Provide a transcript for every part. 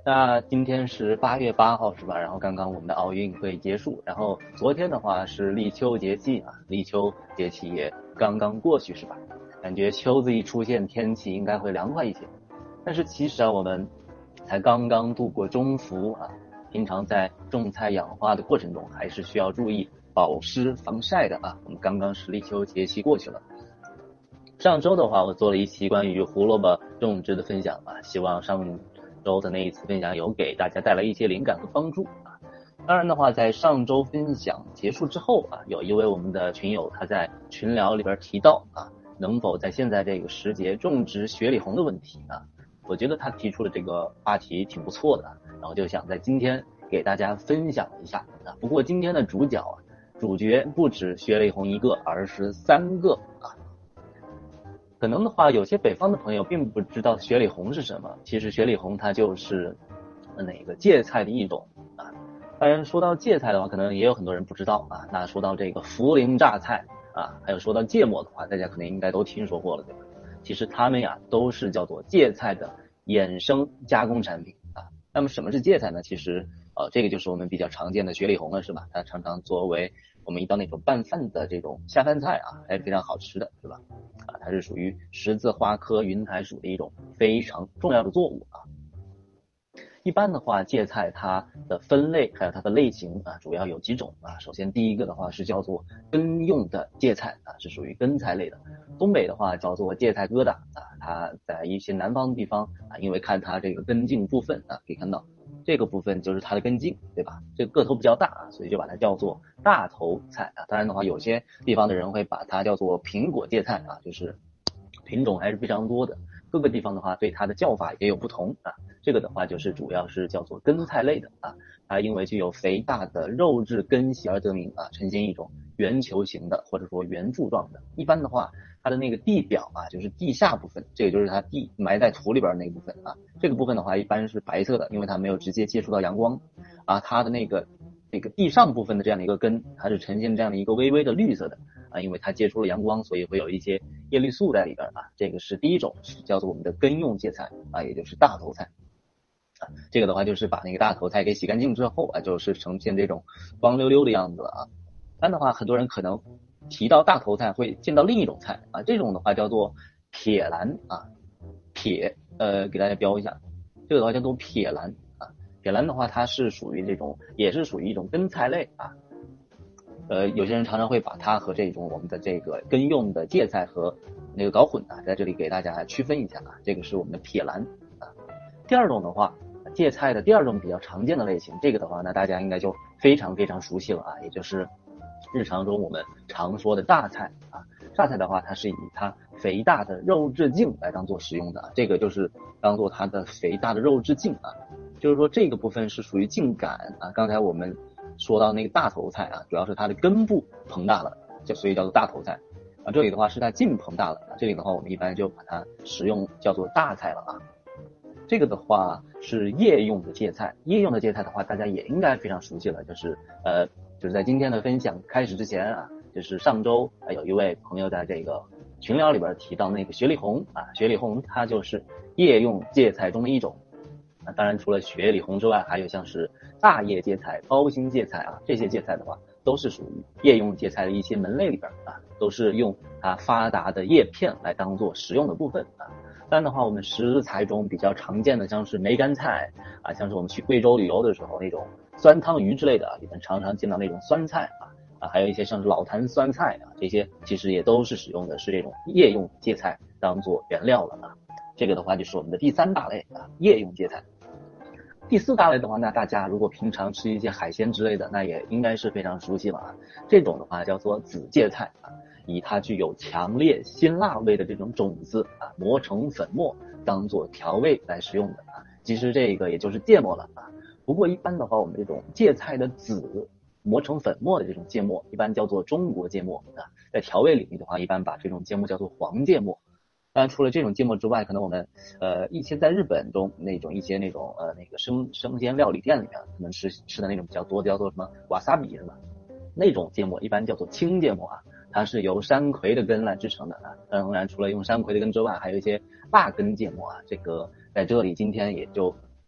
那今天是8月8号是吧？然后刚刚我们的奥运会结束，然后昨天的话是立秋节气啊，立秋节气也刚刚过去是吧？感觉秋字一出现，天气应该会凉快一些。但是其实啊，我们才刚刚度过中伏啊，平常在种菜养花的过程中，还是需要注意保湿防晒的啊。我们刚刚是立秋节气过去了。上周的话，我做了一期关于胡萝卜种植的分享啊，希望上周的那一次分享有给大家带来一些灵感和帮助啊。当然的话，在上周分享结束之后啊，有一位我们的群友他在群聊里边提到啊，能否在现在这个时节种植雪里红的问题啊，我觉得他提出的这个话题挺不错的，然后就想在今天给大家分享一下啊。不过今天的主角不止雪里红一个，而是3个啊。可能的话，有些北方的朋友并不知道雪里红是什么。其实雪里红它就是那个芥菜的一种啊。当然说到芥菜的话，可能也有很多人不知道啊。那说到这个涪陵榨菜啊，还有说到芥末的话，大家可能应该都听说过了，对吧？其实它们呀都是叫做芥菜的衍生加工产品啊。那么什么是芥菜呢？其实这个就是我们比较常见的雪里红了，是吧？它常常作为我们一道那种拌饭的这种下饭菜啊，还是非常好吃的，是吧？啊，它是属于十字花科云台属的一种非常重要的作物啊。一般的话，芥菜它的分类还有它的类型啊，主要有几种啊。首先第一个的话是叫做根用的芥菜啊，是属于根菜类的。东北的话叫做芥菜疙瘩啊，它在一些南方的地方啊，因为看它这个根茎部分啊，可以看到这个部分就是它的根茎，对吧？这个个头比较大啊，所以就把它叫做大头菜啊。当然的话，有些地方的人会把它叫做苹果芥菜啊，就是品种还是非常多的。各个地方的话，对它的叫法也有不同啊。这个的话就是主要是叫做根菜类的啊，它因为具有肥大的肉质根系而得名啊，呈现一种圆球形的或者说圆柱状的。一般的话，它的那个地表啊，就是地下部分，这个就是它地埋在土里边那部分啊，这个部分的话一般是白色的，因为它没有直接接触到阳光啊，它的那个地上部分的这样的一个根，它是呈现这样的一个微微的绿色的啊，因为它接触了阳光，所以会有一些叶绿素在里边啊。这个是第一种，是叫做我们的根用芥菜啊，也就是大头菜。这个的话就是把那个大头菜给洗干净之后啊，就是呈现这种光溜溜的样子了啊。但的话，很多人可能提到大头菜会见到另一种菜啊，这种的话叫做撇兰啊，给大家标一下，这个的话叫做撇兰啊。撇兰的话，它是属于这种，也是属于一种根菜类啊。有些人常常会把它和这种我们的这个根用的芥菜和那个搞混啊，在这里给大家区分一下啊，这个是我们的撇兰啊。第二种的话，芥菜的第二种比较常见的类型，这个的话那大家应该就非常非常熟悉了啊，也就是日常中我们常说的榨菜啊。榨菜的话，它是以它肥大的肉质茎来当做使用的，这个就是当做它的肥大的肉质茎啊，就是说这个部分是属于茎秆啊。刚才我们说到那个大头菜啊，主要是它的根部膨大了，所以叫做大头菜啊。这里的话是它茎膨大了，这里的话我们一般就把它使用叫做大菜了啊。这个的话是叶用的芥菜，叶用的芥菜的话，大家也应该非常熟悉了，就是在今天的分享开始之前啊，就是上周有一位朋友在这个群聊里边提到那个雪里红啊，雪里红它就是叶用芥菜中的一种。当然除了雪里红之外，还有像是大叶芥菜、包心芥菜啊，这些芥菜的话都是属于叶用芥菜的一些门类里边啊，都是用它发达的叶片来当做食用的部分啊。当然的话，我们食材中比较常见的像是梅干菜啊，像是我们去贵州旅游的时候那种酸汤鱼之类的，里面常常见到那种酸菜啊，还有一些像是老坛酸菜啊，这些其实也都是使用的是这种叶用芥菜当做原料了啊。这个的话就是我们的第3大类啊，叶用芥菜。第4大类的话，那大家如果平常吃一些海鲜之类的，那也应该是非常熟悉了啊。这种的话叫做紫芥菜啊，以它具有强烈辛辣味的这种种子啊，磨成粉末当做调味来使用的啊。其实这个也就是芥末了啊。不过一般的话，我们这种芥菜的籽磨成粉末的这种芥末，一般叫做中国芥末啊。在调味领域的话，一般把这种芥末叫做黄芥末。当然，除了这种芥末之外，可能我们一些在日本中一些那种那个生鲜料理店里面可能吃的那种比较多，叫做什么瓦萨比是吧？那种芥末一般叫做青芥末啊，它是由山葵的根来制成的啊。当然，除了用山葵的根之外，还有一些辣根芥末啊。这个在这里今天也就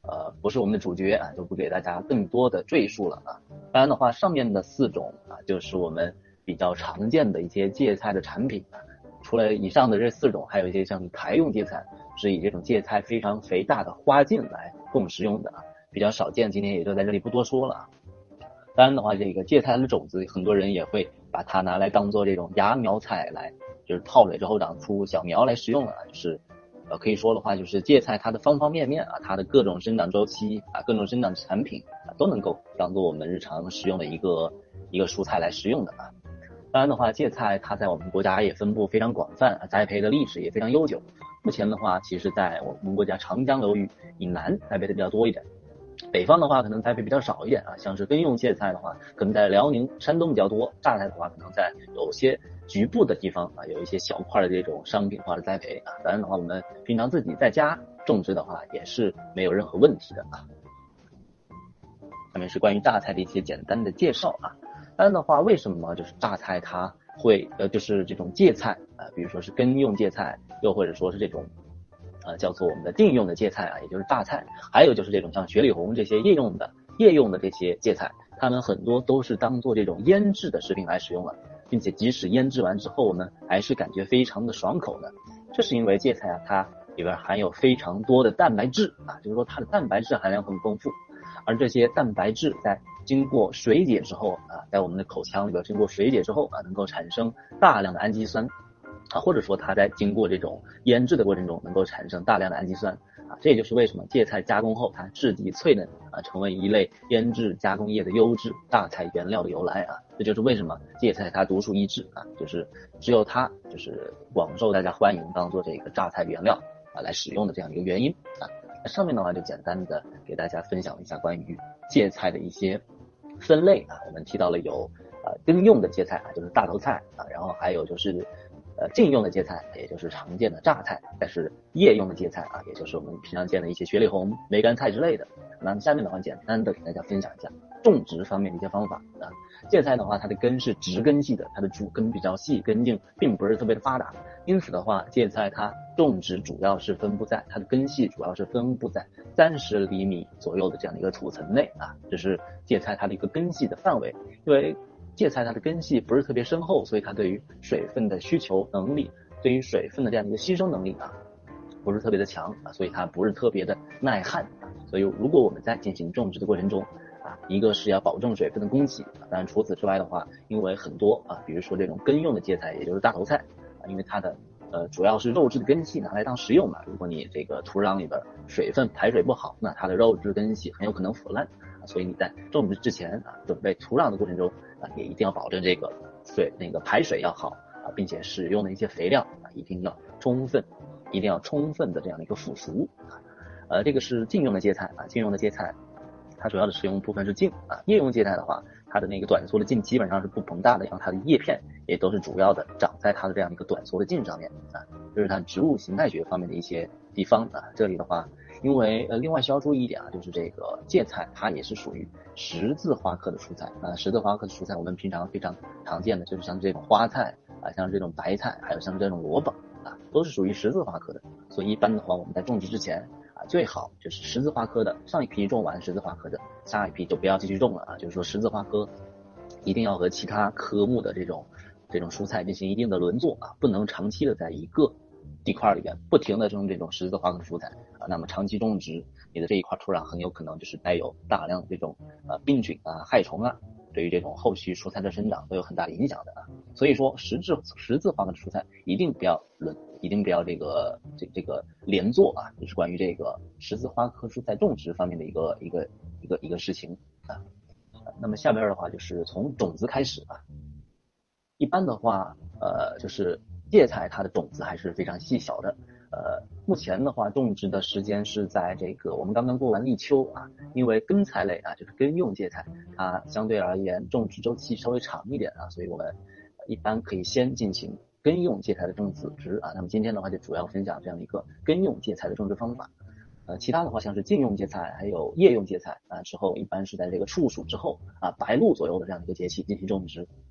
不是我们的主角啊，就不给大家更多的赘述了啊。当然的话，上面的4种啊，就是我们比较常见的一些芥菜的产品啊。除了以上的这4种，还有一些像台用芥菜，是以这种芥菜非常肥大的花茎来供食用的啊，比较少见，今天也就在这里不多说了啊。当然的话，这个芥菜的种子，很多人也会把它拿来当做这种芽苗菜来，就是泡水之后长出小苗来食用了啊。就是可以说的话，就是芥菜它的方方面面啊，它的各种生长周期啊，各种生长产品啊，都能够当做我们日常食用的一个蔬菜来食用的啊。当然的话，芥菜它在我们国家也分布非常广泛，栽培的历史也非常悠久。目前的话，其实在我们国家长江流域以南栽培的比较多一点，北方的话可能栽培比较少一点啊。像是根用芥菜的话，可能在辽宁、山东比较多；榨菜的话，可能在有些局部的地方啊，有一些小块的这种商品化的栽培啊。当然的话，我们平常自己在家种植的话，也是没有任何问题的啊。下面是关于榨菜的一些简单的介绍啊。当然的话，为什么就是榨菜它会就是这种芥菜啊，比如说是根用芥菜，又或者说是这种叫做我们的茎用的芥菜啊，也就是榨菜，还有就是这种像雪里红这些叶用的这些芥菜，它们很多都是当做这种腌制的食品来使用了，并且即使腌制完之后呢，还是感觉非常的爽口的。这是因为芥菜啊，它里边含有非常多的蛋白质啊，就是说它的蛋白质含量很丰富，而这些蛋白质在经过水解之后啊，在我们的口腔里边经过水解之后啊，能够产生大量的氨基酸啊，或者说它在经过这种腌制的过程中能够产生大量的氨基酸啊，这也就是为什么芥菜加工后它质地脆嫩啊，成为一类腌制加工业的优质榨菜原料的由来啊。这就是为什么芥菜它独树一帜啊，就是只有它就是广受大家欢迎，当做这个榨菜原料啊来使用的这样一个原因啊。上面的话就简单的给大家分享一下关于芥菜的一些分类啊，我们提到了有根用的芥菜啊，就是大头菜啊，然后还有就是茎用的芥菜，也就是常见的榨菜，但是叶用的芥菜啊，也就是我们平常见的一些雪里红、梅干菜之类的。那么下面的话，简单的给大家分享一下种植方面的一些方法啊。芥菜的话，它的根是直根系的，它的主根比较细，根茎并不是特别的发达，因此的话，芥菜它种植主要是分布在它的根系主要是分布在30厘米左右的这样的一个土层内啊，这是芥菜它的一个根系的范围。因为芥菜它的根系不是特别深厚，所以它对于水分的需求能力，对于水分的这样的一个吸收能力啊，不是特别的强啊，所以它不是特别的耐旱啊。所以如果我们在进行种植的过程中啊，一个是要保证水分的供给啊，当然除此之外的话，因为很多啊，比如说这种根用的芥菜，也就是大头菜啊，因为它的主要是肉质的根系拿来当食用嘛，如果你这个土壤里边水分排水不好，那它的肉质根系很有可能腐烂啊，所以你在种植之前啊，准备土壤的过程中啊，也一定要保证这个排水要好啊，并且使用的一些肥料啊，一定要充分的这样的一个腐熟啊。这个是茎用的芥菜啊，茎用的芥菜它主要的使用部分是茎啊，叶用芥菜的话，它的那个短缩的茎基本上是不膨大的，然后它的叶片也都是主要的长在它的这样一个短缩的茎上面啊，这是它植物形态学方面的一些地方啊。这里的话，因为另外需要注意一点啊，就是这个芥菜它也是属于十字花科的蔬菜啊，十字花科的蔬菜我们平常非常常见的就是像这种花菜啊，像这种白菜，还有像这种萝卜啊，都是属于十字花科的，所以一般的话我们在种植之前啊，最好就是十字花科的上一批种完十字花科的，下一批就不要继续种了啊。就是说十字花科一定要和其他科目的这种蔬菜进行一定的轮作啊，不能长期的在一个地块里边不停的种这种十字花科的蔬菜啊，那么长期种植，你的这一块土壤很有可能就是带有大量这种病菌啊、害虫啊，对于这种后续蔬菜的生长都有很大的影响的啊。所以说十字花科的蔬菜一定不要这个连做啊，就是关于这个十字花科蔬菜种植方面的一个事情啊。那么下边的话就是从种子开始啊，一般的话就是芥菜它的种子还是非常细小的。目前的话种植的时间是在这个我们刚刚过完立秋啊，因为根菜类啊，就是根用芥菜，它相对而言种植周期稍微长一点啊，所以我们一般可以先进行根用芥菜的种植啊。那么今天的话就主要分享这样的一个根用芥菜的种植方法。其他的话像是茎用芥菜还有叶用芥菜啊，之后一般是在这个处暑之后啊白露左右的这样的一个节气进行种植。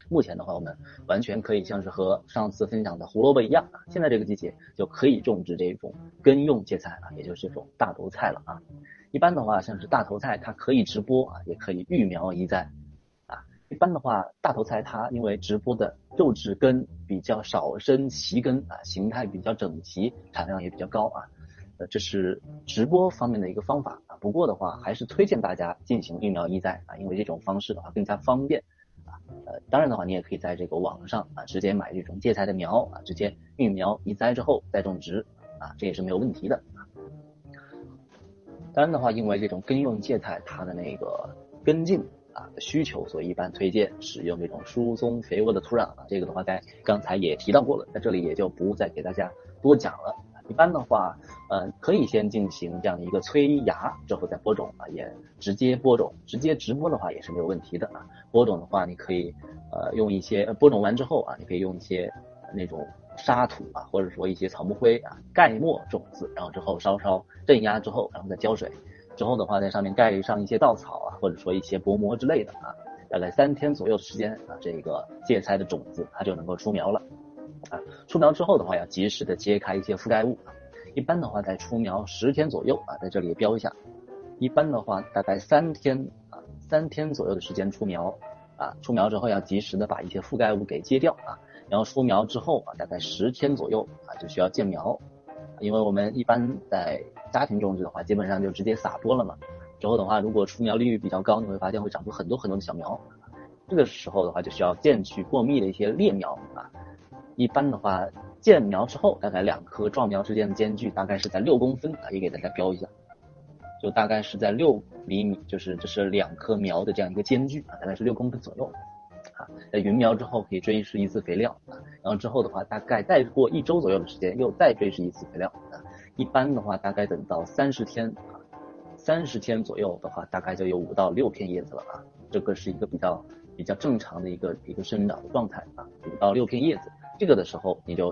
目前的话，我们完全可以像是和上次分享的胡萝卜一样啊，现在这个季节就可以种植这种根用芥菜啊，也就是这种大头菜了啊。一般的话，像是大头菜，它可以直播啊，也可以育苗移栽啊。一般的话，大头菜它因为直播的肉质根比较少生齐根啊，形态比较整齐，产量也比较高啊。这是直播方面的一个方法啊。不过的话，还是推荐大家进行育苗移栽啊，因为这种方式的话更加方便。当然的话，你也可以在这个网上啊直接买这种芥菜的苗啊，直接育苗移栽之后再种植啊，这也是没有问题的。当然的话，因为这种根用芥菜它的那个根茎啊的需求，所以一般推荐使用这种疏松肥沃的土壤啊。这个的话在刚才也提到过了，在这里也就不再给大家多讲了。一般的话，可以先进行这样一个催芽之后再播种啊，也直接播种，直接直播的话也是没有问题的啊。播种的话，你可以用一些播种完之后啊，你可以用一些那种沙土啊，或者说一些草木灰啊盖没种子，然后之后稍稍镇压之后，然后再浇水，之后的话在上面盖上一些稻草啊，或者说一些薄膜之类的啊，大概3天左右的时间啊，这个芥菜的种子它就能够出苗了。啊，出苗之后的话，要及时的揭开一些覆盖物。一般的话，在出苗10天左右啊，在这里标一下。一般的话，大概3天啊，3天左右的时间出苗啊。出苗之后要及时的把一些覆盖物给揭掉啊。然后出苗之后啊，大概10天左右啊，就需要见苗。因为我们一般在家庭种植的话，基本上就直接撒播了嘛。之后的话，如果出苗率比较高，你会发现会长出很多很多的小苗。这个时候的话，就需要间距过密的一些裂苗啊。一般的话，见苗之后，大概2棵壮苗之间的间距大概是在6公分啊，也给大家标一下，就大概是在6厘米，就是这是2棵苗的这样一个间距啊，大概是6公分左右啊。在云苗之后可以追施一次肥料啊，然后之后的话，大概再过1周左右的时间，又再追施一次肥料啊。一般的话，大概等到30天啊，30天左右的话，大概就有5到6片叶子了啊。这个是一个比较正常的一个生长的状态啊，5到6片叶子。这个的时候你就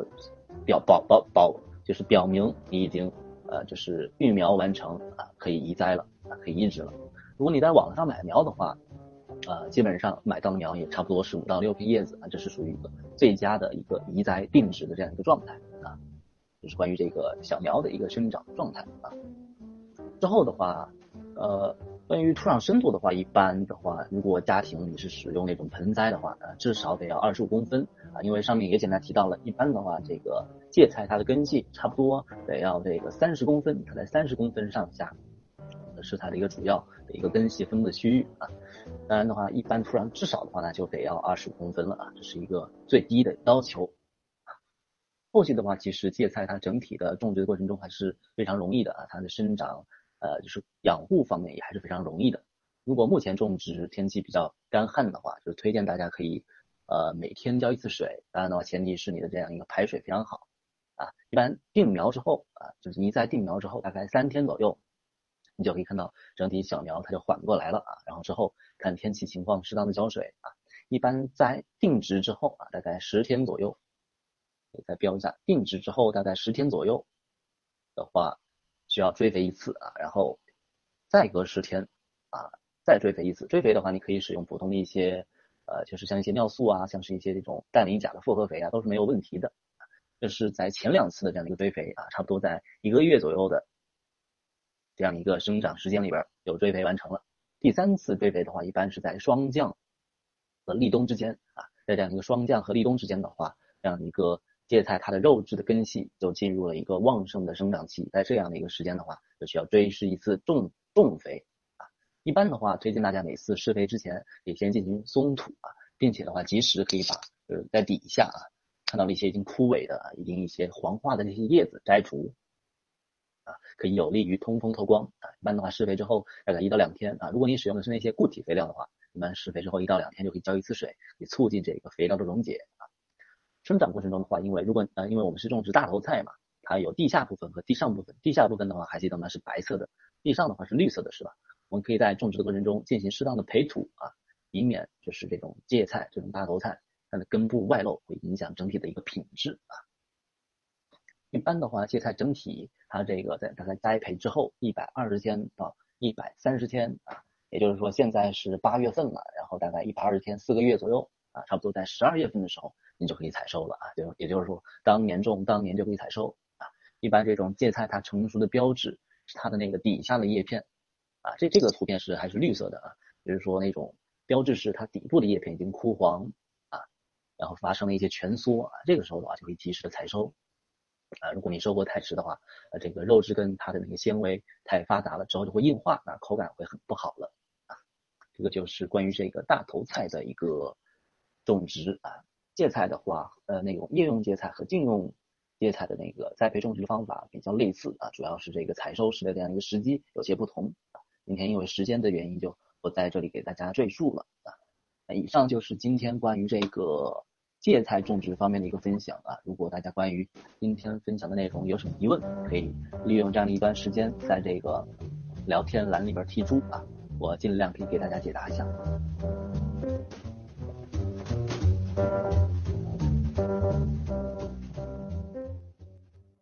就是表明你已经就是育苗完成啊，可以移栽了啊，可以移植了。如果你在网上买苗的话，基本上买到的苗也差不多是5到6片叶子啊，这是属于一个最佳的一个移栽定植的这样一个状态啊，就是关于这个小苗的一个生长状态啊。之后的话，关于土壤深度的话，一般的话，如果家庭你是使用那种盆栽的话，至少得要25公分啊，因为上面也简单提到了，一般的话，这个芥菜它的根系差不多得要这个30公分，它在30公分上下是它的一个主要的一个根系分布的区域啊。当然的话，一般土壤至少的话呢，就得要25公分了啊，这是一个最低的要求。后期的话，其实芥菜它整体的种植的过程中还是非常容易的啊，它的生长就是养护方面也还是非常容易的。如果目前种植天气比较干旱的话，就是推荐大家可以每天浇1次水，当然的话前提是你的这样一个排水非常好啊。一般定苗之后啊，就是你在定苗之后大概3天左右，你就可以看到整体小苗它就缓过来了啊。然后之后看天气情况适当的浇水啊。一般在定植之后啊，大概10天左右。再标一下，定植之后大概10天左右的话，需要追肥1次啊，然后再隔10天啊，再追肥1次。追肥的话，你可以使用普通的一些就是像一些尿素啊，像是一些这种氮磷钾的复合肥啊，都是没有问题的。这是在前2次的这样一个追肥啊，差不多在1个月左右的这样一个生长时间里边有追肥完成了。第3次追肥的话，一般是在霜降和立冬之间啊，在这样一个霜降和立冬之间的话，这样一个芥菜它的肉质的根系就进入了一个旺盛的生长期，在这样的一个时间的话，就需要追施一次重肥啊。一般的话，推荐大家每次施肥之前也先进行松土啊，并且的话及时可以把在底下啊看到了一些已经枯萎的、已经一些黄化的这些叶子摘除啊，可以有利于通风透光啊。一般的话，施肥之后大概1到2天啊，如果你使用的是那些固体肥料的话，一般施肥之后1到2天就可以浇1次水，以促进这个肥料的溶解啊。生长过程中的话，因为我们是种植大头菜嘛，它有地下部分和地上部分。地下部分的话，还记得吗？是白色的，地上的话是绿色的，是吧？我们可以在种植的过程中进行适当的培土啊，以免就是这种芥菜这种大头菜它的根部外露，会影响整体的一个品质啊。一般的话，芥菜整体它这个在大概栽培之后120天到130天啊，也就是说现在是8月份了，然后大概120天，4个月左右啊，差不多在12月份的时候你就可以采收了啊，也就是说当年种当年就可以采收啊。一般这种芥菜它成熟的标志是它的那个底下的叶片啊，这个图片还是绿色的啊，就是说那种标志是它底部的叶片已经枯黄啊，然后发生了一些蜷缩啊，这个时候的话就可以及时的采收啊。如果你收获太迟的话，这个肉质跟它的那个纤维太发达了之后就会硬化，那口感会很不好了啊。这个就是关于这个大头菜的一个种植啊。芥菜的话，那种叶用芥菜和茎用芥菜的那个栽培种植方法比较类似啊，主要是这个采收时的这样一个时机有些不同啊。今天因为时间的原因就不在这里给大家赘述了啊。以上就是今天关于这个芥菜种植方面的一个分享啊。如果大家关于今天分享的内容有什么疑问，可以利用这样的一段时间在这个聊天栏里边提出啊，我尽量可以给大家解答一下。